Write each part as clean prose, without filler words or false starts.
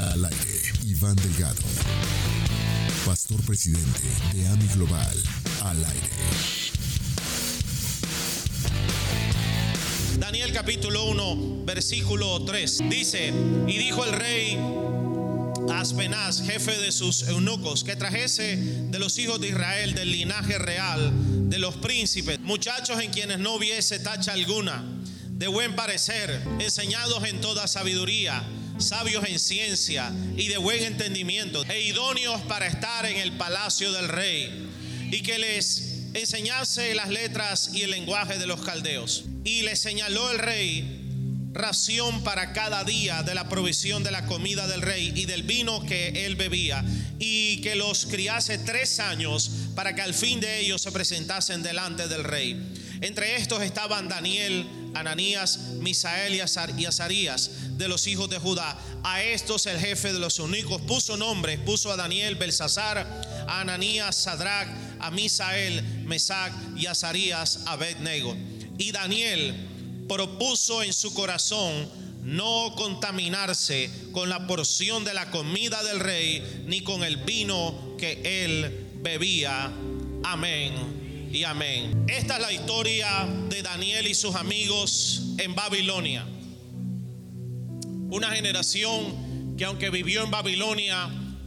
Al aire, Iván Delgado, pastor presidente de AMI Global. Al aire. Daniel capítulo 1, versículo 3. Dice: y dijo el rey a Aspenaz, jefe de sus eunucos, que trajese de los hijos de Israel, del linaje real, de los príncipes, muchachos en quienes no hubiese tacha alguna, de buen parecer, enseñados en toda sabiduría, sabios en ciencia y de buen entendimiento, e idóneos para estar en el palacio del rey, y que les enseñase las letras y el lenguaje de los caldeos. Y le señaló el rey ración para cada día de la provisión de la comida del rey y del vino que él bebía, y que los criase 3 años, para que al fin de ellos se presentasen delante del rey. Entre estos estaban Daniel, Ananías, Misael y Azarías, de los hijos de Judá. A estos el jefe de los eunucos puso nombres, puso a Daniel Belsasar, a Ananías Sadrach, a Misael Mesac y a Azarías Abednego. Y Daniel propuso en su corazón no contaminarse con la porción de la comida del rey, ni con el vino que él bebía. Amén y amén. Esta es la historia de Daniel y sus amigos en Babilonia. Una generación que, aunque vivió en Babilonia,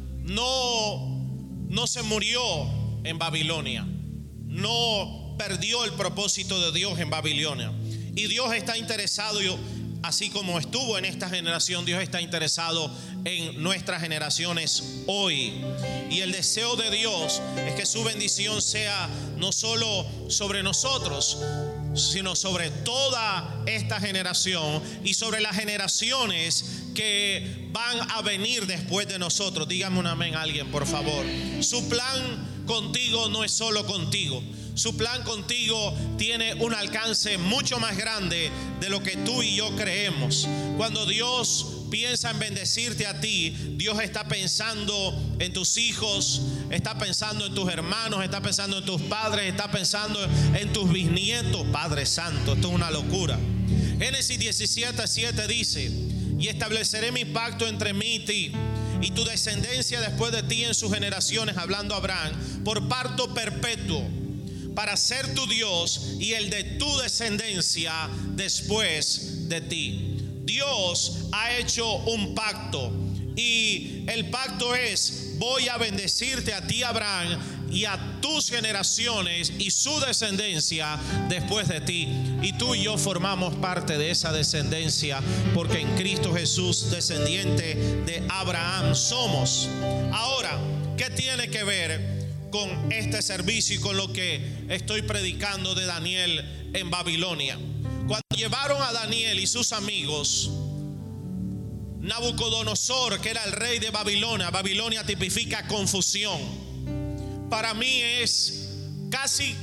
no se murió en Babilonia, no perdió el propósito de Dios en Babilonia. Y Dios está interesado, así como estuvo en esta generación, Dios está interesado en nuestras generaciones hoy. Y el deseo de Dios es que su bendición sea no solo sobre nosotros, sino sobre toda esta generación y sobre las generaciones que van a venir después de nosotros. Dígame un amén alguien, por favor. Su plan contigo no es solo contigo. Su plan contigo tiene un alcance mucho más grande de lo que tú y yo creemos. Cuando Dios piensa en bendecirte a ti, Dios está pensando en tus hijos, está pensando en tus hermanos, está pensando en tus padres, está pensando en tus bisnietos. Padre Santo, esto es una locura. Génesis 17:7 dice: y estableceré mi pacto entre mí y ti, y tu descendencia después de ti en sus generaciones, hablando a Abraham, por pacto perpetuo, para ser tu Dios y el de tu descendencia después de ti. Dios ha hecho un pacto, y el pacto es: voy a bendecirte a ti, Abraham, y a tus generaciones y su descendencia después de ti. Y tú y yo formamos parte de esa descendencia, porque en Cristo Jesús, descendiente de Abraham, somos. Ahora, ¿qué tiene que ver con este servicio y con lo que estoy predicando de Daniel en Babilonia? Cuando llevaron a Daniel y sus amigos, Nabucodonosor, que era el rey de Babilonia, Babilonia tipifica confusión. Para mí es casi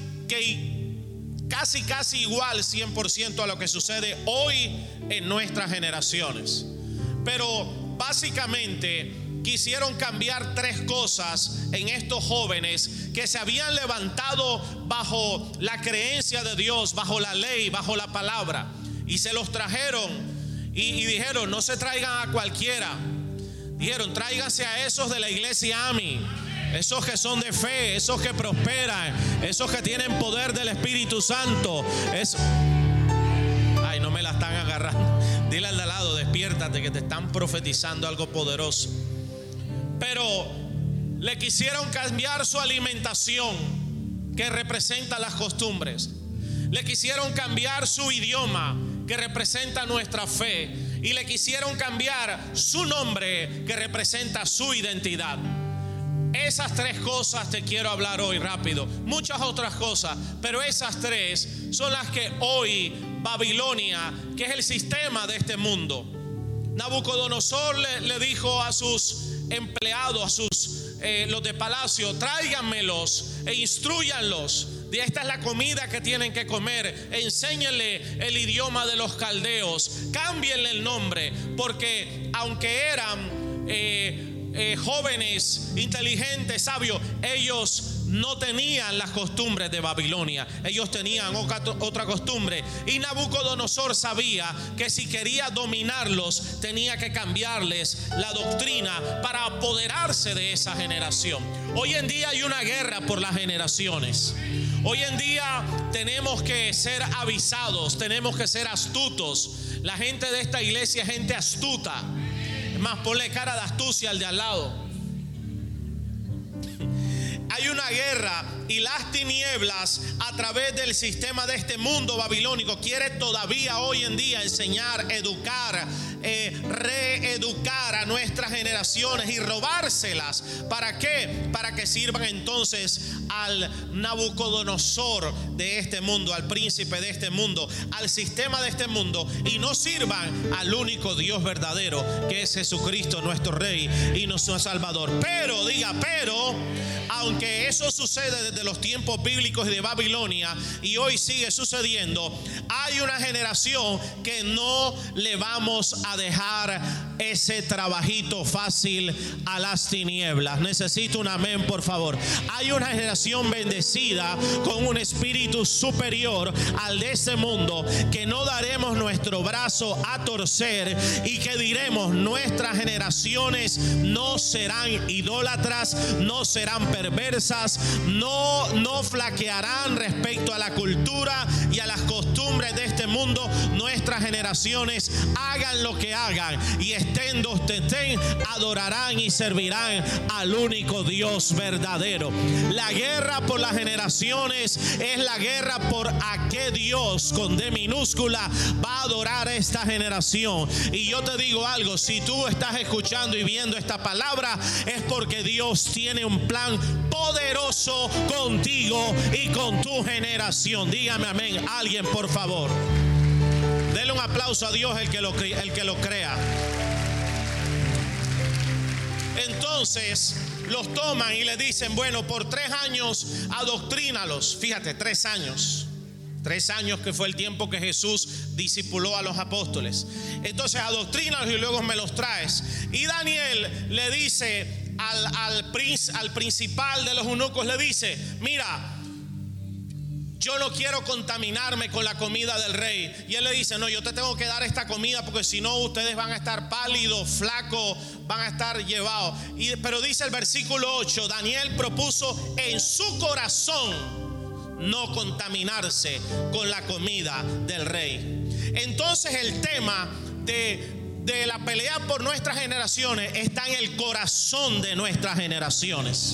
igual 100% a lo que sucede hoy en nuestras generaciones. Pero básicamente quisieron cambiar 3 cosas en estos jóvenes que se habían levantado bajo la creencia de Dios, bajo la ley, bajo la palabra, y se los trajeron y dijeron: no se traigan a cualquiera. Dijeron: tráiganse a esos de la iglesia AMI, esos que son de fe, esos que prosperan, esos que tienen poder del Espíritu Santo. Ay, no me la están agarrando. Dile al de al lado: despiértate, que te están profetizando algo poderoso. Pero le quisieron cambiar su alimentación, que representa las costumbres. Le quisieron cambiar su idioma, que representa nuestra fe. Y le quisieron cambiar su nombre, que representa su identidad. Esas 3 cosas te quiero hablar hoy rápido. Muchas otras cosas, pero esas 3 son las que hoy Babilonia, que es el sistema de este mundo, Nabucodonosor le dijo a sus empleados, a los de palacio: tráiganmelos e instruyanlos. Esta es la comida que tienen que comer. Enséñenle el idioma de los caldeos. Cámbienle el nombre, porque aunque eran jóvenes, inteligentes, sabios, ellos no tenían las costumbres de Babilonia. Ellos tenían otra costumbre. Y Nabucodonosor sabía que si quería dominarlos, tenía que cambiarles la doctrina para apoderarse de esa generación. Hoy en día hay una guerra por las generaciones. Hoy en día tenemos que ser avisados, tenemos que ser astutos. La gente de esta iglesia es gente astuta. Es más, ponle cara de astucia al de al lado. Hay una guerra y las tinieblas a través del sistema de este mundo babilónico quiere todavía hoy en día enseñar, educar, reeducar a nuestras generaciones y robárselas. ¿Para qué? Para que sirvan entonces al Nabucodonosor de este mundo, al príncipe de este mundo, al sistema de este mundo, y no sirvan al único Dios verdadero, que es Jesucristo, nuestro Rey y nuestro Salvador. Pero, diga, pero, aunque eso sucede desde los tiempos bíblicos de Babilonia y hoy sigue sucediendo, hay una generación que no le vamos a dejar ese trabajito fácil a las tinieblas. Necesito un amén, por favor. Hay una generación bendecida con un espíritu superior al de este mundo, que no daremos nuestro brazo a torcer y que diremos: nuestras generaciones no serán idólatras, no serán perversas, no flaquearán respecto a la cultura y a las costumbres de este mundo. Nuestras generaciones, hagan lo que hagan y estén donde estén, adorarán y servirán al único Dios verdadero. La guerra por las generaciones es la guerra por a qué Dios con D minúscula va a adorar a esta generación. Y yo te digo algo: si tú estás escuchando y viendo esta palabra, es porque Dios tiene un plan poderoso contigo y con tu generación. Dígame amén, alguien, por favor. Denle un aplauso a Dios el que lo crea. Entonces los toman y le dicen: bueno, por 3 años adoctrínalos. Fíjate, 3 años. 3 años que fue el tiempo que Jesús discipuló a los apóstoles. Entonces adoctrínalos y luego me los traes. Y Daniel le dice al principal de los eunucos, le dice: mira, yo no quiero contaminarme con la comida del rey. Y él le dice: no, yo te tengo que dar esta comida, porque si no ustedes van a estar pálidos, flacos, van a estar llevados. Pero dice el versículo 8: Daniel propuso en su corazón no contaminarse con la comida del rey. Entonces el tema de la pelea por nuestras generaciones está en el corazón de nuestras generaciones.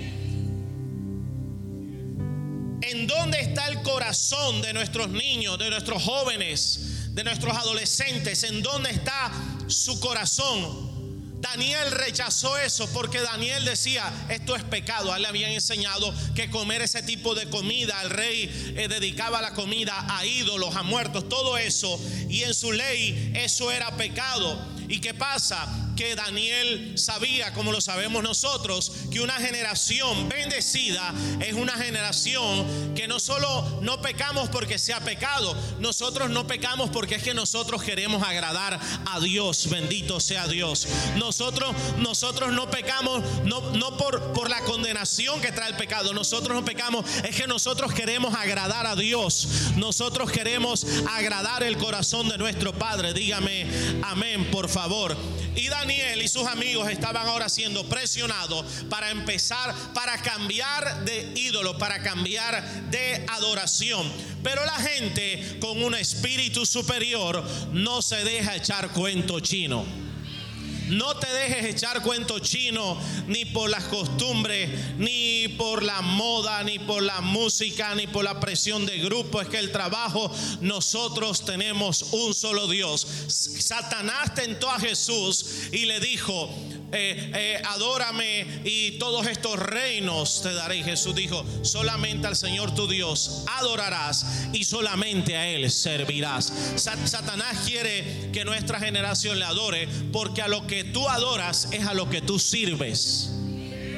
¿En dónde está el corazón de nuestros niños, de nuestros jóvenes, de nuestros adolescentes? ¿En dónde está su corazón? Daniel rechazó eso porque Daniel decía: esto es pecado. A él le habían enseñado que comer ese tipo de comida, el rey dedicaba la comida a ídolos, a muertos, todo eso, y en su ley eso era pecado. ¿Y qué pasa? Que Daniel sabía, como lo sabemos nosotros, que una generación bendecida es una generación que no solo no pecamos porque sea pecado, nosotros no pecamos porque es que nosotros queremos agradar a Dios. Bendito sea Dios. Nosotros no pecamos no por la condenación que trae el pecado. Nosotros no pecamos, es que nosotros queremos agradar a Dios. Nosotros queremos agradar el corazón de nuestro Padre. Dígame amén, por favor. Y Daniel y sus amigos estaban ahora siendo presionados para empezar, para cambiar de ídolo, para cambiar de adoración. Pero la gente con un espíritu superior no se deja echar cuento chino. No te dejes echar cuento chino, ni por las costumbres, ni por la moda, ni por la música, ni por la presión de grupo. Es que el trabajo, nosotros tenemos un solo Dios. Satanás tentó a Jesús y le dijo: adórame y todos estos reinos te daré. Y Jesús dijo: solamente al Señor tu Dios adorarás y solamente a Él servirás. Satanás quiere que nuestra generación le adore, porque a lo que tú adoras es a lo que tú sirves.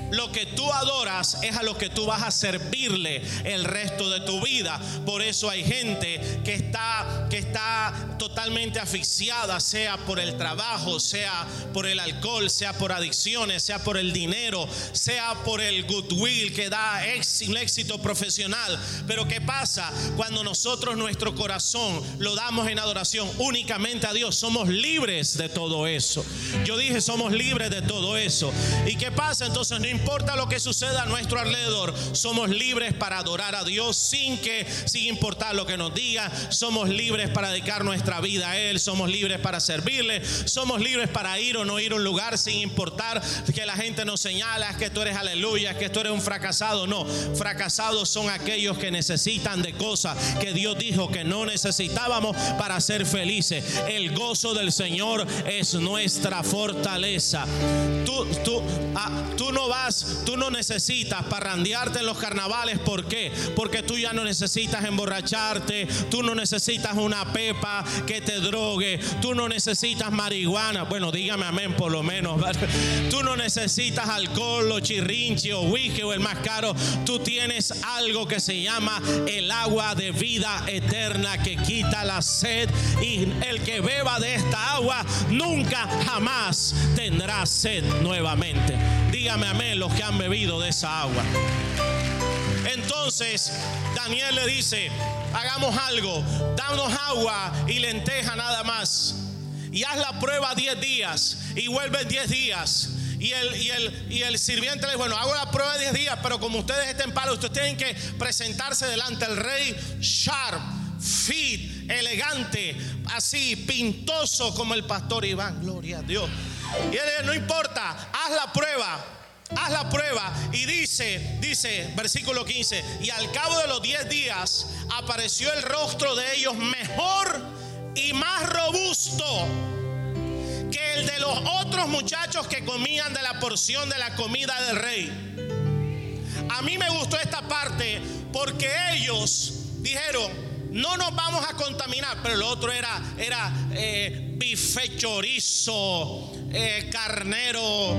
lo que tú adoras es a lo que tú vas a servirle el resto de tu vida. Por eso hay gente que está totalmente asfixiada, sea por el trabajo, sea por el alcohol, sea por adicciones, sea por el dinero, sea por el goodwill que da un éxito profesional. Pero ¿qué pasa cuando nosotros nuestro corazón lo damos en adoración únicamente a Dios? Somos libres de todo eso. Yo dije, somos libres de todo eso. ¿Y qué pasa? Entonces no importa lo que suceda a nuestro alrededor, somos libres para adorar a Dios sin importar lo que nos diga. Somos libres para dedicar nuestra vida a Él. Somos libres para servirle. Somos libres para ir o no ir a un lugar sin importar que la gente nos señala, es que tú eres aleluya, es que tú eres un fracasado. No, fracasados son aquellos que necesitan de cosas que Dios dijo que no necesitábamos para ser felices. El gozo del Señor es nuestra fortaleza. Tú no necesitas parrandearte en los carnavales. ¿Por qué? Porque tú ya no necesitas emborracharte. Tú no necesitas una pepa que te drogue. Tú no necesitas marihuana. Bueno, dígame amén por lo menos. Tú no necesitas alcohol o chirrinche o whisky o el más caro. Tú tienes algo que se llama el agua de vida eterna que quita la sed. Y el que beba de esta agua nunca jamás tendrá sed nuevamente. Dígame amén los que han bebido de esa agua. Entonces Daniel le dice: hagamos algo, danos agua y lenteja nada más, y haz la prueba 10 días y vuelve 10 días. Y el sirviente le dice: bueno, hago la prueba de 10 días, pero como ustedes estén palos, ustedes tienen que presentarse delante del rey sharp, fit, elegante, así pintoso como el pastor Iván. Gloria a Dios. Y él dice: no importa, haz la prueba. Haz la prueba. Y dice versículo 15: y al cabo de los 10 días apareció el rostro de ellos mejor y más robusto que el de los otros muchachos que comían de la porción de la comida del rey. A mí me gustó esta parte porque ellos dijeron: no nos vamos a contaminar. Pero lo otro era bife, chorizo, carnero,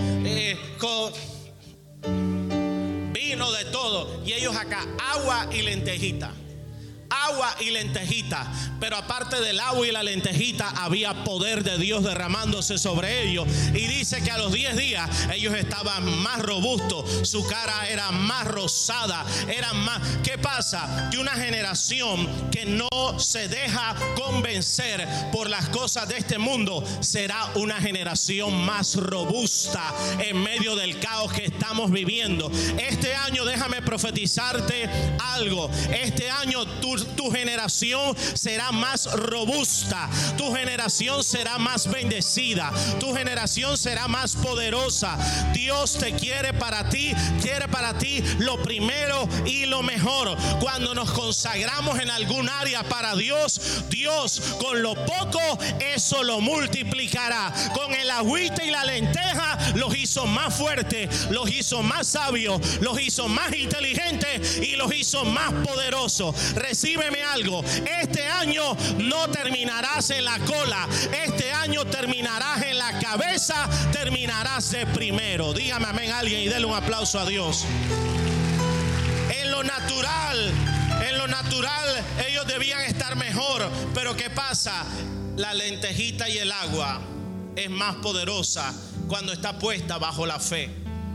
vino, de todo. Y ellos acá, agua y lentejita. Agua y lentejita. Pero aparte del agua y la lentejita, había poder de Dios derramándose sobre ellos. Y dice que a los 10 días ellos estaban más robustos, su cara era más rosada, eran más. ¿Qué pasa? Que una generación que no se deja convencer por las cosas de este mundo será una generación más robusta en medio del caos que estamos viviendo. Este año, déjame profetizarte algo. Este año tu generación será más robusta, tu generación será más bendecida, tu generación será más poderosa. Dios te quiere para ti lo primero y lo mejor. Cuando nos consagramos en algún área para Dios, Dios con lo poco eso lo multiplicará. Con el agüita y la lenteja los hizo más fuertes, los hizo más sabios, los hizo más inteligentes y los hizo más poderosos. Recíbeme algo: este año no terminarás en la cola, este año terminarás en la cabeza, terminarás de primero. Dígame amén alguien y denle un aplauso a Dios. En lo natural ellos debían estar mejor, pero ¿qué pasa? La lentejita y el agua es más poderosa cuando está puesta bajo la fe.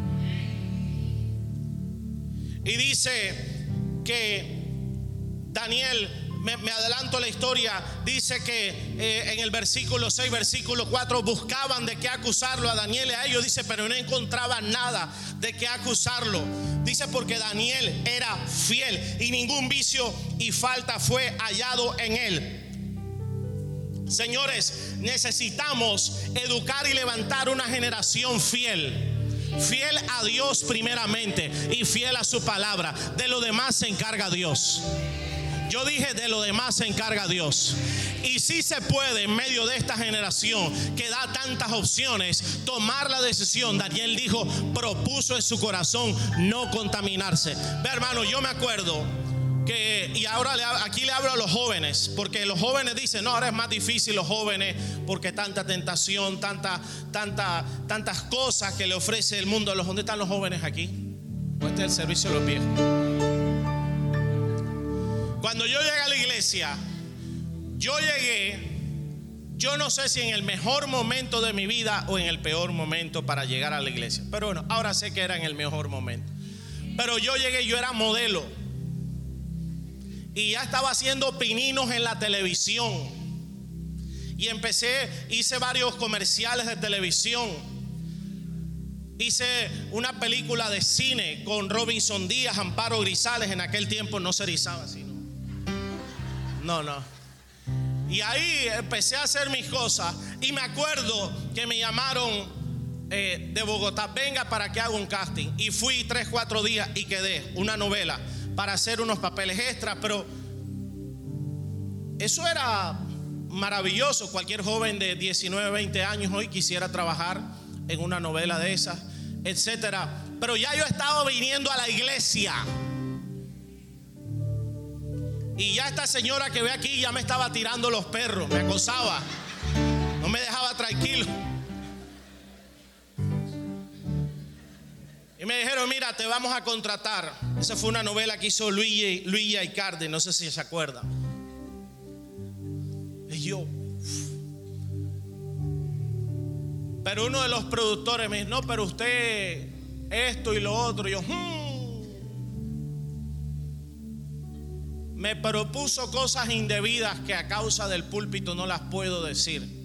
Y dice que Daniel, me adelanto la historia, dice que en el versículo 6, versículo 4, buscaban de qué acusarlo a Daniel y a ellos. Dice, pero no encontraban nada de qué acusarlo. Dice, porque Daniel era fiel y ningún vicio y falta fue hallado en él. Señores, necesitamos educar y levantar una generación fiel. Fiel a Dios primeramente y fiel a su palabra. De lo demás se encarga Dios. Yo dije, de lo demás se encarga Dios. Y si se puede en medio de esta generación que da tantas opciones, tomar la decisión. Daniel propuso en su corazón no contaminarse. Ve, hermano, yo me acuerdo y ahora aquí le hablo a los jóvenes, porque los jóvenes dicen, no, ahora es más difícil los jóvenes, porque tanta tentación, tantas cosas que le ofrece el mundo. ¿Dónde están los jóvenes aquí? Pues este es el servicio de los viejos. Cuando yo llegué a la iglesia, yo no sé si en el mejor momento de mi vida o en el peor momento para llegar a la iglesia, pero bueno, ahora sé que era en el mejor momento. Pero yo llegué, yo era modelo y ya estaba haciendo pininos en la televisión, y hice varios comerciales de televisión, hice una película de cine con Robinson Díaz, Amparo Grisales. En aquel tiempo no se erizaba así, no. Y ahí empecé a hacer mis cosas, y me acuerdo que me llamaron de Bogotá, venga para que haga un casting, y fui 3-4 días y quedé una novela para hacer unos papeles extras. Pero eso era maravilloso. Cualquier joven de 19, 20 años hoy quisiera trabajar en una novela de esas, etcétera. Pero ya yo estaba viniendo a la iglesia, y ya esta señora que ve aquí ya me estaba tirando los perros, me acosaba, no me dejaba tranquilo. Y me dijeron, mira, te vamos a contratar. Esa fue una novela que hizo Luigi Icardi, no sé si se acuerdan. Y yo, pero uno de los productores me dijo, no, pero usted esto y lo otro. Y yo, me propuso cosas indebidas que a causa del púlpito no las puedo decir.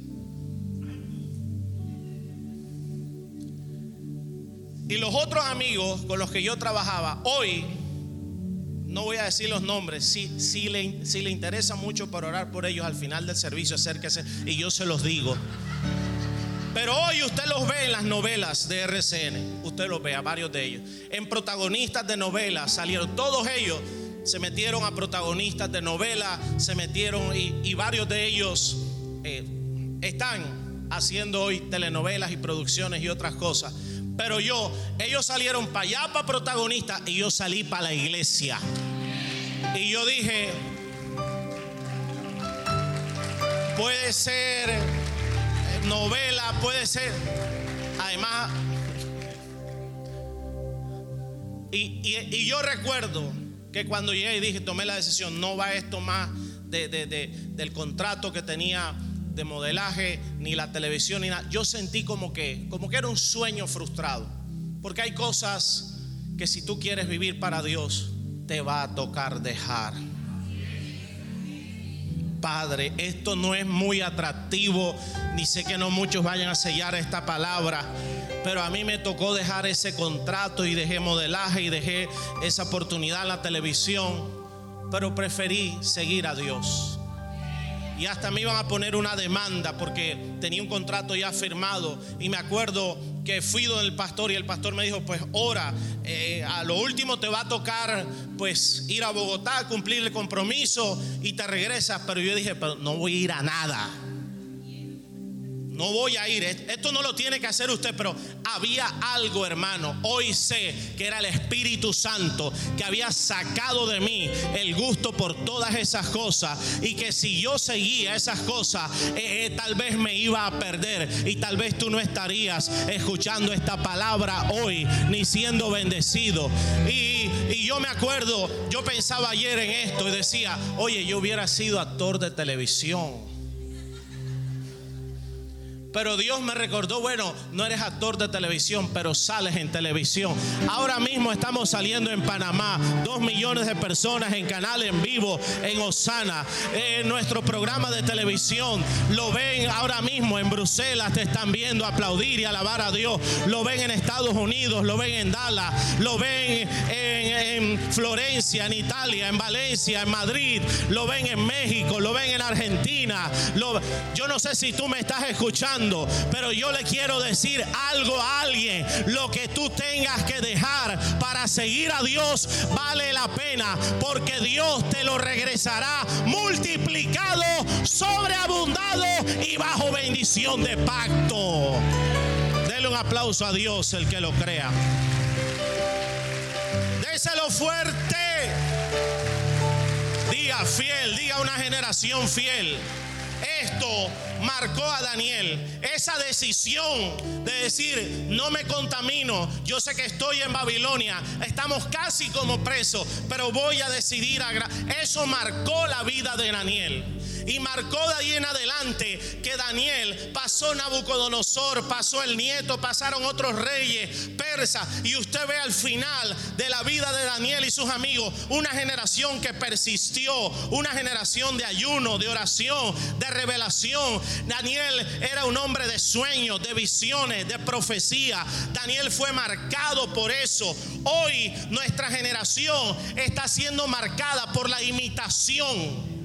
Y los otros amigos con los que yo trabajaba, hoy no voy a decir los nombres. Si le interesa mucho para orar por ellos al final del servicio, acérquese y yo se los digo. Pero hoy usted los ve en las novelas de RCN. Usted los ve a varios de ellos en protagonistas de novelas. Salieron todos ellos, se metieron a protagonistas de novelas, se metieron y varios de ellos están haciendo hoy telenovelas y producciones y otras cosas. Pero ellos salieron para allá, para protagonistas, y yo salí para la iglesia. Y yo dije, puede ser novela, puede ser. Además, y yo recuerdo que cuando llegué y dije, tomé la decisión, no va esto más del contrato que tenía de modelaje, ni la televisión, ni nada. Yo sentí como que era un sueño frustrado, porque hay cosas que si tú quieres vivir para Dios te va a tocar dejar. Padre, esto no es muy atractivo, ni sé que no muchos vayan a sellar esta palabra, pero a mí me tocó dejar ese contrato y dejé modelaje y dejé esa oportunidad en la televisión, pero preferí seguir a Dios. Y hasta me iban a poner una demanda porque tenía un contrato ya firmado. Y me acuerdo que fui donde el pastor, y el pastor me dijo, pues ora, a lo último te va a tocar pues ir a Bogotá, cumplir el compromiso y te regresas. Pero yo dije, pero no voy a ir a nada. No voy a ir, esto no lo tiene que hacer usted. Pero había algo, hermano. Hoy sé que era el Espíritu Santo que había sacado de mí el gusto por todas esas cosas, y que si yo seguía esas cosas tal vez me iba a perder, y tal vez tú no estarías escuchando esta palabra hoy ni siendo bendecido. Y yo me acuerdo, yo pensaba ayer en esto y decía, oye, yo hubiera sido actor de televisión. Pero Dios me recordó, bueno, no eres actor de televisión, pero sales en televisión. Ahora mismo estamos saliendo en Panamá, 2 millones de personas en canal en vivo en Osana. Nuestro programa de televisión lo ven ahora mismo en Bruselas, te están viendo aplaudir y alabar a Dios. Lo ven en Estados Unidos, lo ven en Dallas, lo ven en Florencia, en Italia, en Valencia, en Madrid, lo ven en México, lo ven en Argentina. Yo no sé si tú me estás escuchando, pero yo le quiero decir algo a alguien. Lo que tú tengas que dejar para seguir a Dios vale la pena, porque Dios te lo regresará multiplicado, sobreabundado y bajo bendición de pacto. Dele un aplauso a Dios el que lo crea. Déselo fuerte. diga una generación fiel. Esto marcó a Daniel, esa decisión de decir: no me contamino, yo sé que estoy en Babilonia, estamos casi como presos, pero voy a decidir. Eso marcó la vida de Daniel. Y marcó de ahí en adelante que Daniel pasó Nabucodonosor, pasó el nieto, pasaron otros reyes persas. Y usted ve al final de la vida de Daniel y sus amigos una generación que persistió, una generación de ayuno, de oración, de revelación. Daniel era un hombre de sueños, de visiones, de profecía. Daniel fue marcado por eso. Hoy nuestra generación está siendo marcada por la imitación.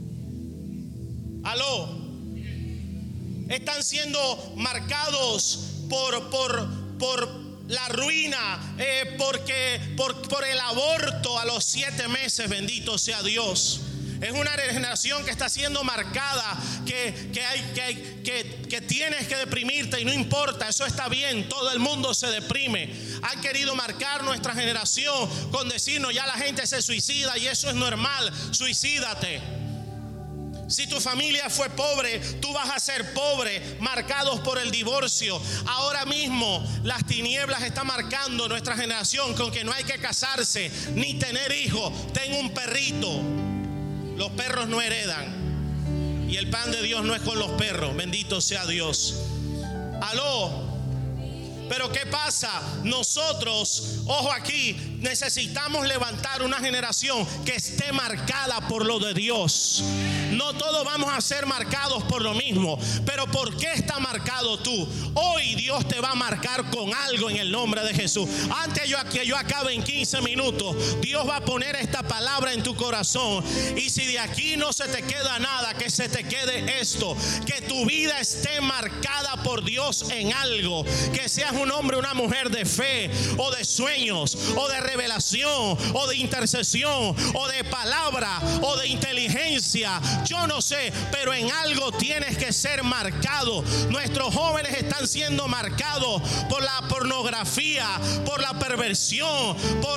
Aló. Están siendo marcados por la ruina, por el aborto a los 7 meses. Bendito sea Dios. Es una generación que está siendo marcada, que tienes que deprimirte y no importa, eso está bien, todo el mundo se deprime. Han querido marcar nuestra generación con decirnos: ya la gente se suicida y eso es normal, suicídate. Si tu familia fue pobre, tú vas a ser pobre, marcados por el divorcio. Ahora mismo las tinieblas están marcando nuestra generación con que no hay que casarse ni tener hijos. Ten un perrito. Los perros no heredan. Y el pan de Dios no es con los perros. Bendito sea Dios. Aló. Pero ¿qué pasa? Nosotros, ojo aquí, necesitamos levantar una generación que esté marcada por lo de Dios. No todos vamos a ser marcados por lo mismo, pero ¿por qué está marcado tú? Hoy Dios te va a marcar con algo en el nombre de Jesús. Antes que yo acabe en 15 minutos, Dios va a poner esta palabra en tu corazón. Y si de aquí no se te queda nada, que se te quede esto: que tu vida esté marcada por Dios en algo. Que seas un hombre o una mujer de fe, o de sueños, o de revelación, o de intercesión, o de palabra, o de inteligencia. Yo no sé, pero en algo tienes que ser marcado. Nuestros jóvenes están siendo marcados por la pornografía, por la perversión,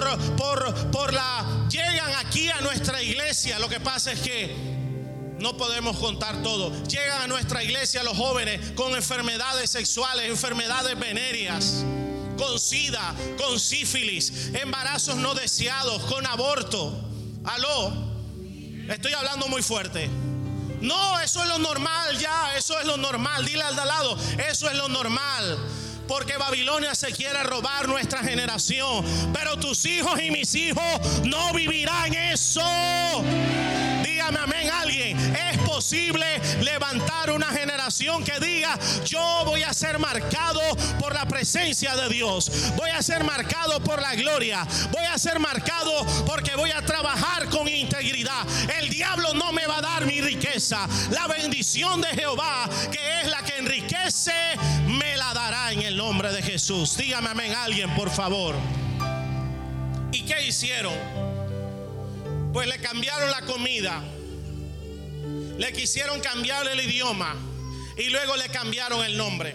llegan aquí a nuestra iglesia. Lo que pasa es que no podemos contar todo. Llegan a nuestra iglesia los jóvenes con enfermedades sexuales, enfermedades venéreas, con sida, con sífilis, embarazos no deseados, con aborto. Aló, estoy hablando muy fuerte. No, eso es lo normal ya, eso es lo normal. Dile al de al lado: eso es lo normal. Porque Babilonia se quiere robar nuestra generación, pero tus hijos y mis hijos no vivirán eso. Dígame amén alguien. Es posible levantar una generación que diga: yo voy a ser marcado por la presencia de Dios, voy a ser marcado por la gloria, voy a ser marcado porque voy a trabajar con integridad. El diablo no me va a dar mi riqueza. La bendición de Jehová, que es la que enriquece, me la dará en el nombre de Jesús. Dígame amén alguien, por favor. ¿Y qué hicieron? Pues le cambiaron la comida, le quisieron cambiar el idioma y luego le cambiaron el nombre.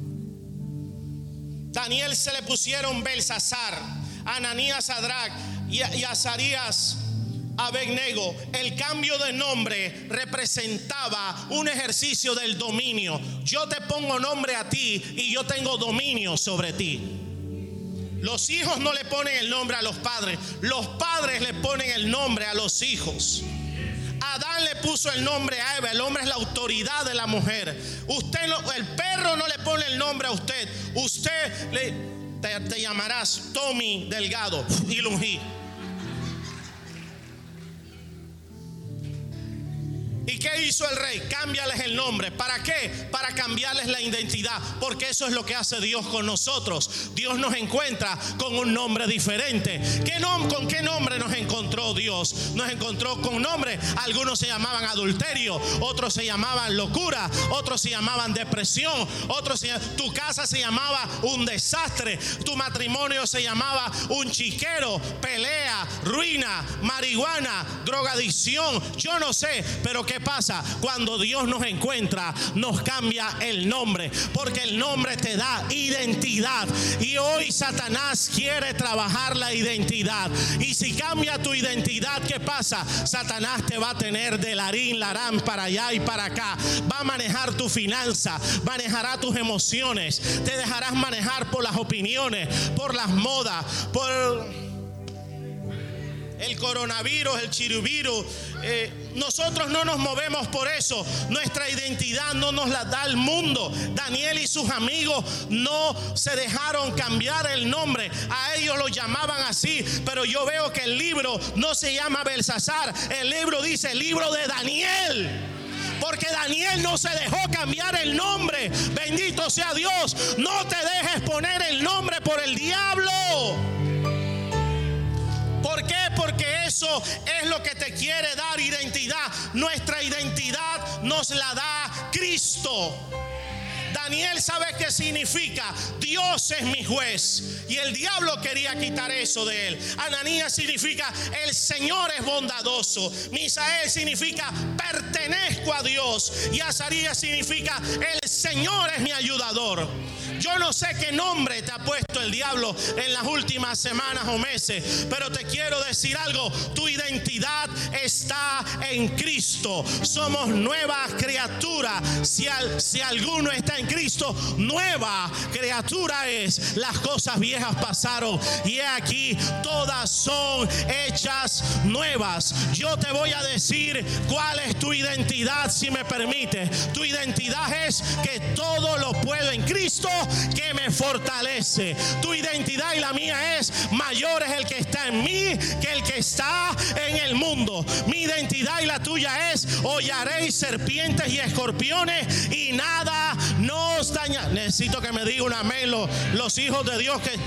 Daniel se le pusieron Belsasar, Ananías, Sadrach y Azarías, Abednego. El cambio de nombre representaba un ejercicio del dominio. Yo te pongo nombre a ti y yo tengo dominio sobre ti. Los hijos no le ponen el nombre a los padres le ponen el nombre a los hijos. Adán le puso el nombre a Eva. El hombre es la autoridad de la mujer. El perro no le pone el nombre a usted. Te llamarás Tommy Delgado y Lungí. ¿Y qué hizo el rey? Cámbiales el nombre. ¿Para qué? Para cambiarles la identidad. Porque eso es lo que hace Dios con nosotros. Dios nos encuentra con un nombre diferente. ¿Con qué nombre nos encontró Dios? Nos encontró con nombre. Algunos se llamaban adulterio, otros se llamaban locura, otros se llamaban depresión, tu casa se llamaba un desastre, tu matrimonio se llamaba un chiquero, pelea, ruina, marihuana, drogadicción. Yo no sé, pero ¿qué pasa? pasa? Cuando Dios nos encuentra, nos cambia el nombre, porque el nombre te da identidad. Y hoy Satanás quiere trabajar la identidad. Y si cambia tu identidad, ¿qué pasa? Satanás te va a tener de larín, larán, para allá y para acá. Va a manejar tu finanza, manejará tus emociones, te dejarás manejar por las opiniones, por las modas, por el coronavirus, el chiruvirus. Nosotros no nos movemos por eso. Nuestra identidad no nos la da el mundo. Daniel y sus amigos no se dejaron cambiar el nombre. A ellos lo llamaban así, pero yo veo que el libro no se llama Belsasar. El libro dice libro de Daniel, porque Daniel no se dejó cambiar el nombre. Bendito sea Dios. No te dejes poner el nombre por el diablo. ¿Por qué? Porque eso es lo que te quiere dar identidad. Nuestra identidad nos la da Cristo. Daniel sabe qué significa: Dios es mi juez. Y el diablo quería quitar eso de él. Ananías significa el Señor es bondadoso. Misael significa pertenezco a Dios. Y Azarías significa el Señor es mi ayudador. Yo no sé qué nombre te ha puesto el diablo en las últimas semanas o meses, pero te quiero decir algo: tu identidad está en Cristo. Somos nuevas criaturas. Si alguno está en Cristo, nueva criatura es. Las cosas viejas pasaron y he aquí todas son hechas nuevas. Yo te voy a decir cuál es tu identidad, si me permite. Tu identidad es que todo lo puedo en Cristo que me fortalece. Tu identidad y la mía es: mayor es el que está en mí que el que está en el mundo. Mi identidad y la tuya es: hollaréis serpientes y escorpiones y nada nos daña. Necesito que me diga un amén los hijos de Dios que...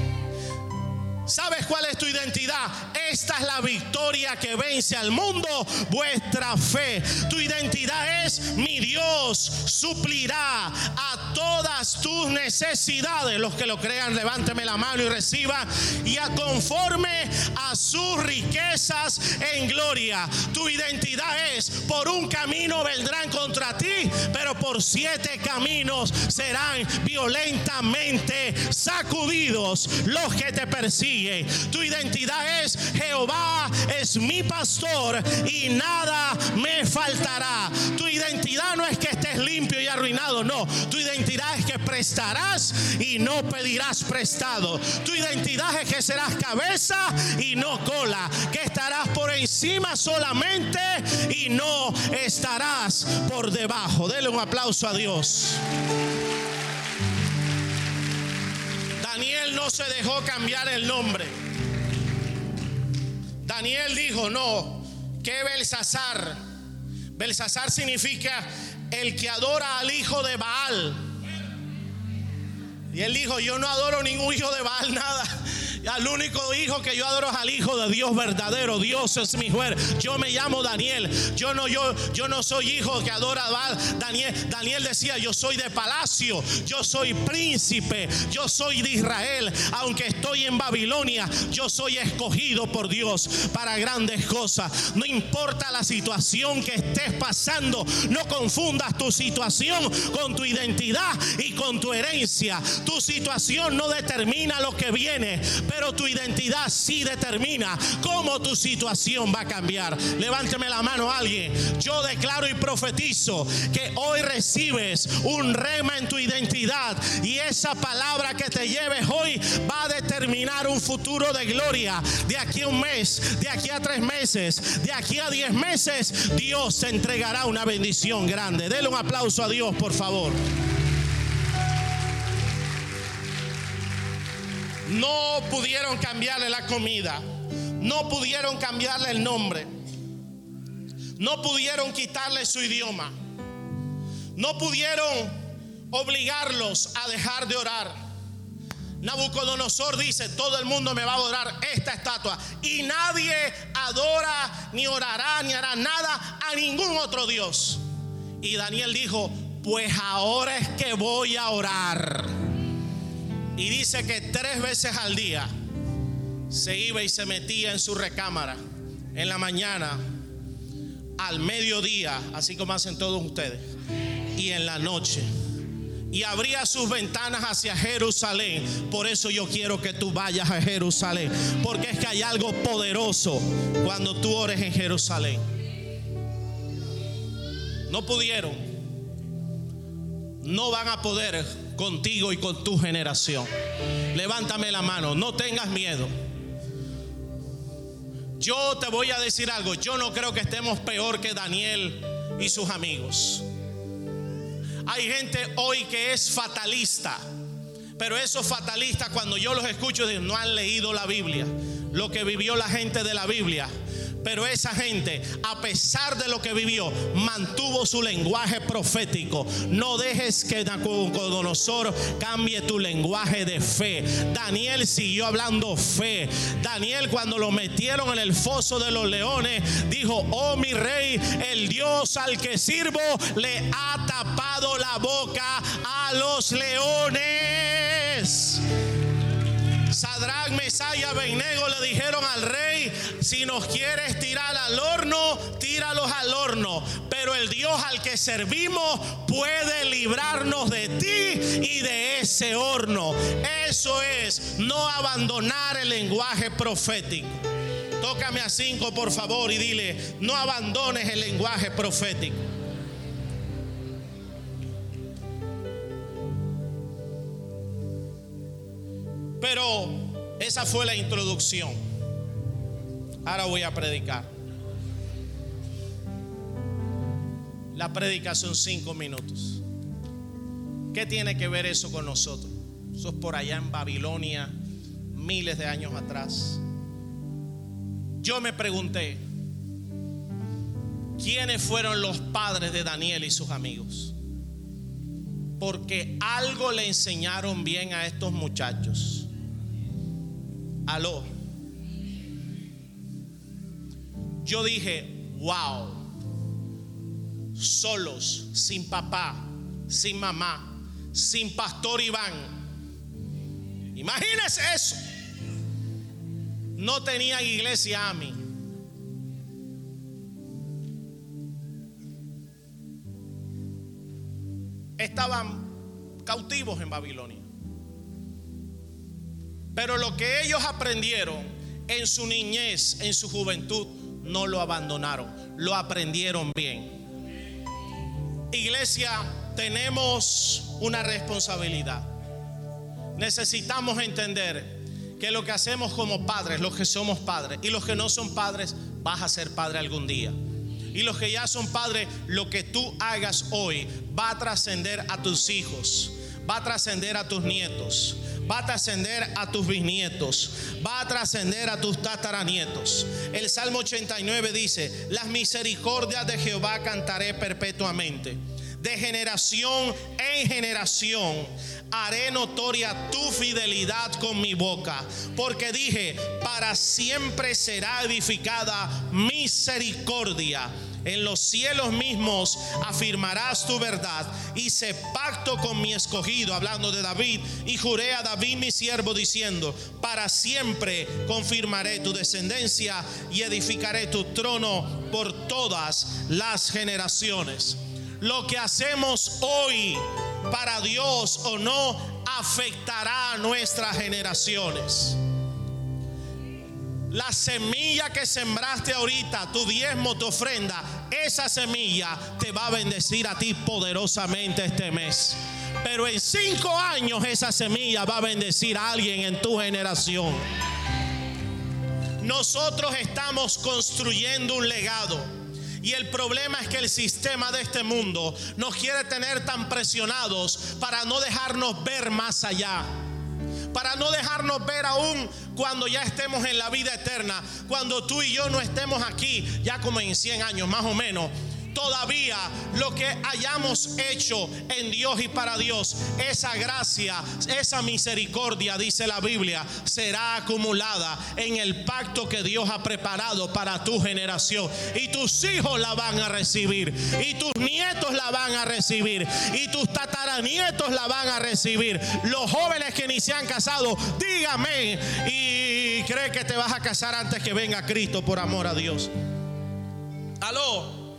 ¿Sabes cuál es tu identidad? Esta es la victoria que vence al mundo, vuestra fe. Tu identidad es: mi Dios suplirá a todas tus necesidades. Los que lo crean, levánteme la mano y reciban. Y conforme a sus riquezas en gloria. Tu identidad es: por un camino vendrán contra ti, pero por 7 caminos serán violentamente sacudidos los que te persiguen. Tu identidad es: Jehová es mi pastor y nada me faltará. Tu identidad no es que estés limpio y arruinado, no. Tu identidad es que prestarás y no pedirás prestado. Tu identidad es que serás cabeza y no cola, que estarás por encima solamente y no estarás por debajo. Dele un aplauso a Dios. Daniel no se dejó cambiar el nombre. Daniel dijo: no, que Belsasar. Belsasar significa el que adora al hijo de Baal. Y él dijo: yo no adoro ningún hijo de Baal, nada. Al único hijo que yo adoro es al Hijo de Dios verdadero. Dios es mi juez. Yo me llamo Daniel. Yo no soy hijo que adora a Baal. Daniel decía: yo soy de palacio, yo soy príncipe, yo soy de Israel. Aunque estoy en Babilonia, yo soy escogido por Dios para grandes cosas. No importa la situación que estés pasando, no confundas tu situación con tu identidad y con tu herencia. Tu situación no determina lo que viene, pero tu identidad sí determina cómo tu situación va a cambiar. Levánteme la mano a alguien. Yo declaro y profetizo que hoy recibes un rema en tu identidad, y esa palabra que te lleves hoy va a determinar un futuro de gloria. De aquí a un mes, de aquí a 3 meses, de aquí a 10 meses, Dios te entregará una bendición grande. Dele un aplauso a Dios, por favor. No pudieron cambiarle la comida, no pudieron cambiarle el nombre, no pudieron quitarle su idioma, no pudieron obligarlos a dejar de orar. Nabucodonosor dice: todo el mundo me va a adorar esta estatua, y nadie adora, ni orará, ni hará nada a ningún otro Dios. Y Daniel dijo: pues ahora es que voy a orar. Y dice que 3 veces al día se iba y se metía en su recámara. En la mañana al mediodía, así como hacen todos ustedes, y en la noche. Y abría sus ventanas hacia Jerusalén. Por eso yo quiero que tú vayas a Jerusalén, porque es que hay algo poderoso cuando tú ores en Jerusalén. No pudieron, no van a poder contigo y con tu generación. Levántame la mano, no tengas miedo. Yo te voy a decir algo, yo no creo que estemos peor que Daniel y sus amigos. Hay gente hoy que es fatalista, pero esos fatalistas, cuando yo los escucho, no han leído la Biblia, lo que vivió la gente de la Biblia. Pero esa gente, a pesar de lo que vivió, mantuvo su lenguaje profético. No dejes que Nabucodonosor cambie tu lenguaje de fe. Daniel siguió hablando fe. Daniel, cuando lo metieron en el foso de los leones, dijo: oh mi rey, el Dios al que sirvo le ha tapado la boca a los leones. Sadrach, Mesach y Abednego le dijeron al rey: si nos quieres tirar al horno, tíralos al horno, pero el Dios al que servimos puede librarnos de ti y de ese horno. Eso es no abandonar el lenguaje profético. Tócame a 5 por favor y dile: no abandones el lenguaje profético. Pero esa fue la introducción. Ahora voy a predicar. La prédica son 5 minutos. ¿Qué tiene que ver eso con nosotros? Eso es por allá en Babilonia, miles de años atrás. Yo me pregunté: ¿quiénes fueron los padres de Daniel y sus amigos? Porque algo le enseñaron bien a estos muchachos. Aló. Yo dije: wow, solos, sin papá, sin mamá, sin pastor Iván. Imagínese eso. No tenían iglesia AMI. Estaban cautivos en Babilonia. Pero lo que ellos aprendieron en su niñez, en su juventud, no lo abandonaron, lo aprendieron bien. Iglesia, tenemos una responsabilidad. Necesitamos entender que lo que hacemos como padres, los que somos padres y los que no son padres, vas a ser padre algún día. Y los que ya son padres, lo que tú hagas hoy va a trascender a tus hijos, va a trascender a tus nietos, va a trascender a tus bisnietos, va a trascender a tus tataranietos. El Salmo 89 dice: las misericordias de Jehová cantaré perpetuamente. De generación en generación haré notoria tu fidelidad con mi boca, porque dije: para siempre será edificada misericordia. En los cielos mismos afirmarás tu verdad. Hice pacto con mi escogido, hablando de David, y juré a David mi siervo diciendo: para siempre confirmaré tu descendencia y edificaré tu trono por todas las generaciones. Lo que hacemos hoy para Dios o no afectará a nuestras generaciones. La semilla que sembraste ahorita, tu diezmo, tu ofrenda, esa semilla te va a bendecir a ti poderosamente este mes. Pero en 5 años esa semilla va a bendecir a alguien en tu generación. Nosotros estamos construyendo un legado. Y el problema es que el sistema de este mundo nos quiere tener tan presionados para no dejarnos ver más allá, para no dejarnos ver aún cuando ya estemos en la vida eterna, cuando tú y yo no estemos aquí, ya como en 100 años más o menos. Todavía lo que hayamos hecho en Dios y para Dios, esa gracia, esa misericordia, dice la Biblia, será acumulada en el pacto que Dios ha preparado para tu generación. Y tus hijos la van a recibir, y tus nietos la van a recibir, y tus tataranietos la van a recibir. Los jóvenes que ni se han casado, dígame, y cree que te vas a casar antes que venga Cristo, por amor a Dios. Aló.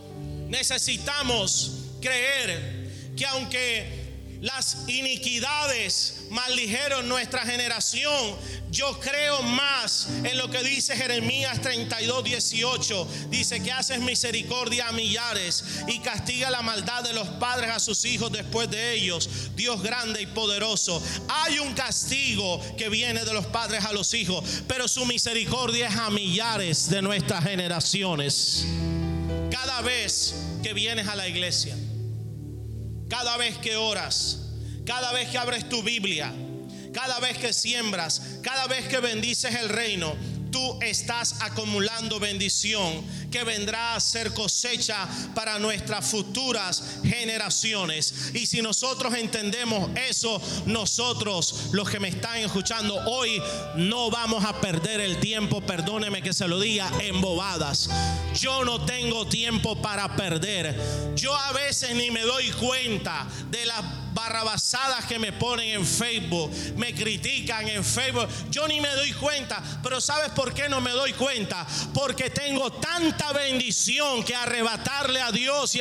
Necesitamos creer que aunque las iniquidades maldijeron nuestra generación, yo creo más en lo que dice Jeremías 32:18. Dice que haces misericordia a millares y castiga la maldad de los padres a sus hijos después de ellos. Dios grande y poderoso. Hay un castigo que viene de los padres a los hijos, pero su misericordia es a millares de nuestras generaciones. Cada vez que vienes a la iglesia, cada vez que oras, cada vez que abres tu Biblia, cada vez que siembras, cada vez que bendices el reino, tú estás acumulando bendición que vendrá a ser cosecha para nuestras futuras generaciones. Y si nosotros entendemos eso, nosotros, los que me están escuchando hoy, no vamos a perder el tiempo, perdóneme que se lo diga, en bobadas. Yo no tengo tiempo para perder. Yo a veces ni me doy cuenta de las barrabasadas que me ponen en Facebook, me critican en Facebook. Yo ni me doy cuenta, pero ¿sabes por qué no me doy cuenta? Porque tengo tanta bendición que arrebatarle a Dios.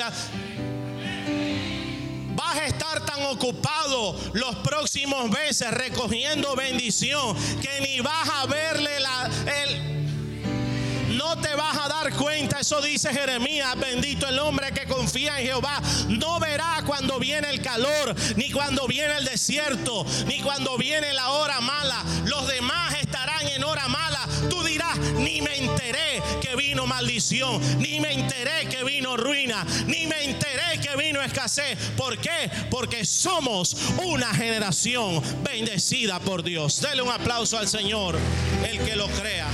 Vas a estar tan ocupado los próximos meses recogiendo bendición que ni vas a verle no te vas a dar cuenta. Eso dice Jeremías: bendito el hombre que confía en Jehová. No verá cuando viene el calor, ni cuando viene el desierto, ni cuando viene la hora mala. Los demás estarán en hora mala. Tú dirás: ni me enteré que vino maldición, ni me enteré que vino ruina, ni me enteré que vino escasez. ¿Por qué? Porque somos una generación bendecida por Dios. Dele un aplauso al Señor, el que lo crea.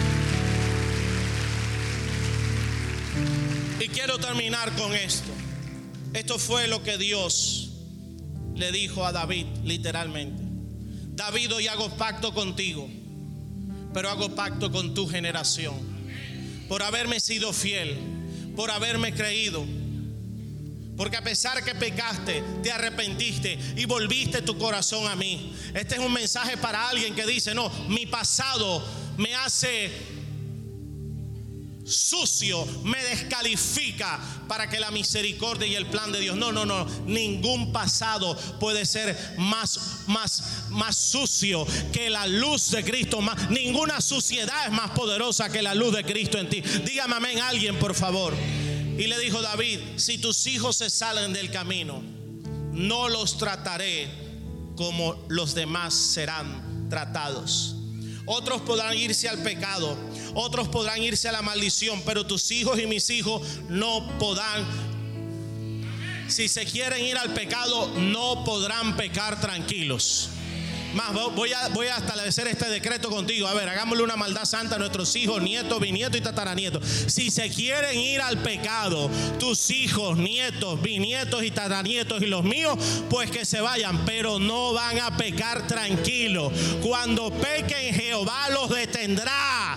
Y quiero terminar con esto. Esto fue lo que Dios le dijo a David, literalmente: David, hoy hago pacto contigo, pero hago pacto con tu generación, por haberme sido fiel, por haberme creído. Porque a pesar que pecaste, te arrepentiste y volviste tu corazón a mí. Este es un mensaje para alguien que dice: no, mi pasado me hace sucio, me descalifica para que la misericordia y el plan de Dios. No. Ningún pasado puede ser más sucio que la luz de Cristo. Ninguna suciedad es más poderosa que la luz de Cristo en ti. Dígame amén alguien, por favor. Y le dijo David: si tus hijos se salen del camino, no los trataré como los demás serán tratados. Otros podrán irse al pecado, otros podrán irse a la maldición, pero tus hijos y mis hijos no podrán. Si se quieren ir al pecado, no podrán pecar tranquilos. Más, voy a establecer este decreto contigo. A ver, hagámosle una maldad santa a nuestros hijos, nietos, bisnietos y tataranietos. Si se quieren ir al pecado, tus hijos, nietos, bisnietos y tataranietos y los míos, pues que se vayan, pero no van a pecar tranquilos. Cuando pequen, Jehová los detendrá.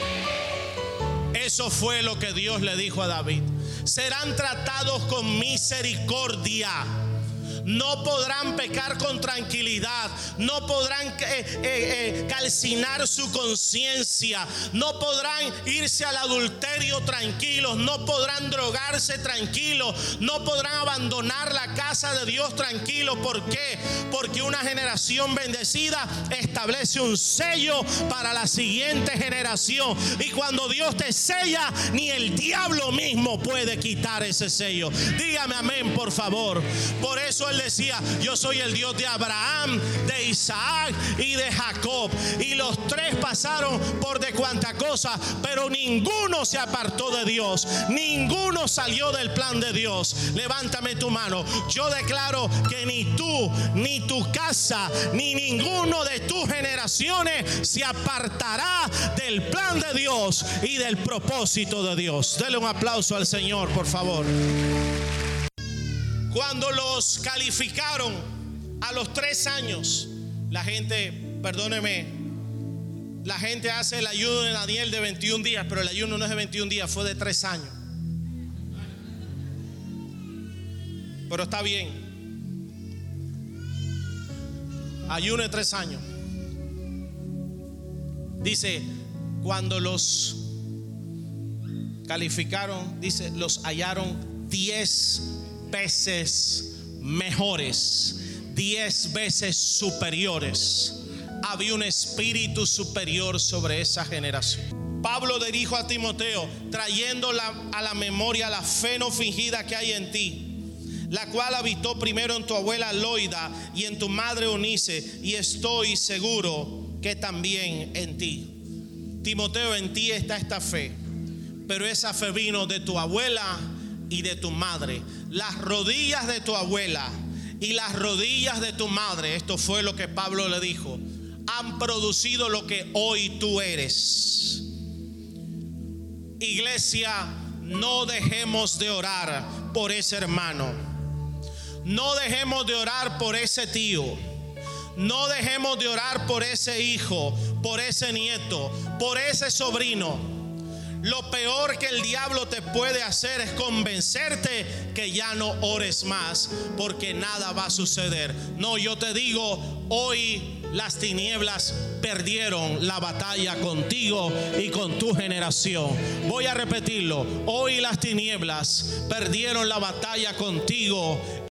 Eso fue lo que Dios le dijo a David. Serán tratados con misericordia. No podrán pecar con tranquilidad. No podrán calcinar su conciencia. No podrán irse al adulterio tranquilos. No podrán drogarse tranquilos. No podrán abandonar la casa de Dios tranquilos. ¿Por qué? Porque una generación bendecida establece un sello para la siguiente generación. Y cuando Dios te sella, ni el diablo mismo puede quitar ese sello. Dígame amén, por favor. Por eso él decía: yo soy el Dios de Abraham, de Isaac y de Jacob. Y los tres pasaron por de cuanta cosa, pero ninguno se apartó de Dios. Ninguno salió del plan de Dios. Levántame tu mano. Yo declaro que ni tú, ni tu casa, ni ninguno de tus generaciones se apartará del plan de Dios y del propósito de Dios. Dele un aplauso al Señor, por favor. Cuando los calificaron a los 3 años, la gente, perdóneme, la gente hace el ayuno de Daniel de 21 días, pero el ayuno no es de 21 días, fue de 3 años. Pero está bien. Ayuno de 3 años. Dice, cuando los calificaron, dice, los hallaron 10 veces mejores, 10 veces superiores. Había un espíritu superior sobre esa generación. Pablo le dijo a Timoteo, trayendo a la memoria la fe no fingida que hay en ti, la cual habitó primero en tu abuela Loida y en tu madre Eunice, y estoy seguro que también en ti. Timoteo, en ti está esta fe, pero esa fe vino de tu abuela y de tu madre. Las rodillas de tu abuela y las rodillas de tu madre, esto fue lo que Pablo le dijo, han producido lo que hoy tú eres. Iglesia, no dejemos de orar por ese hermano. No dejemos de orar por ese tío. No dejemos de orar por ese hijo, por ese nieto, por ese sobrino. Lo peor que el diablo te puede hacer es convencerte que ya no ores más, porque nada va a suceder. No, yo te digo, hoy las tinieblas perdieron la batalla contigo y con tu generación. Voy a repetirlo, hoy las tinieblas perdieron la batalla contigo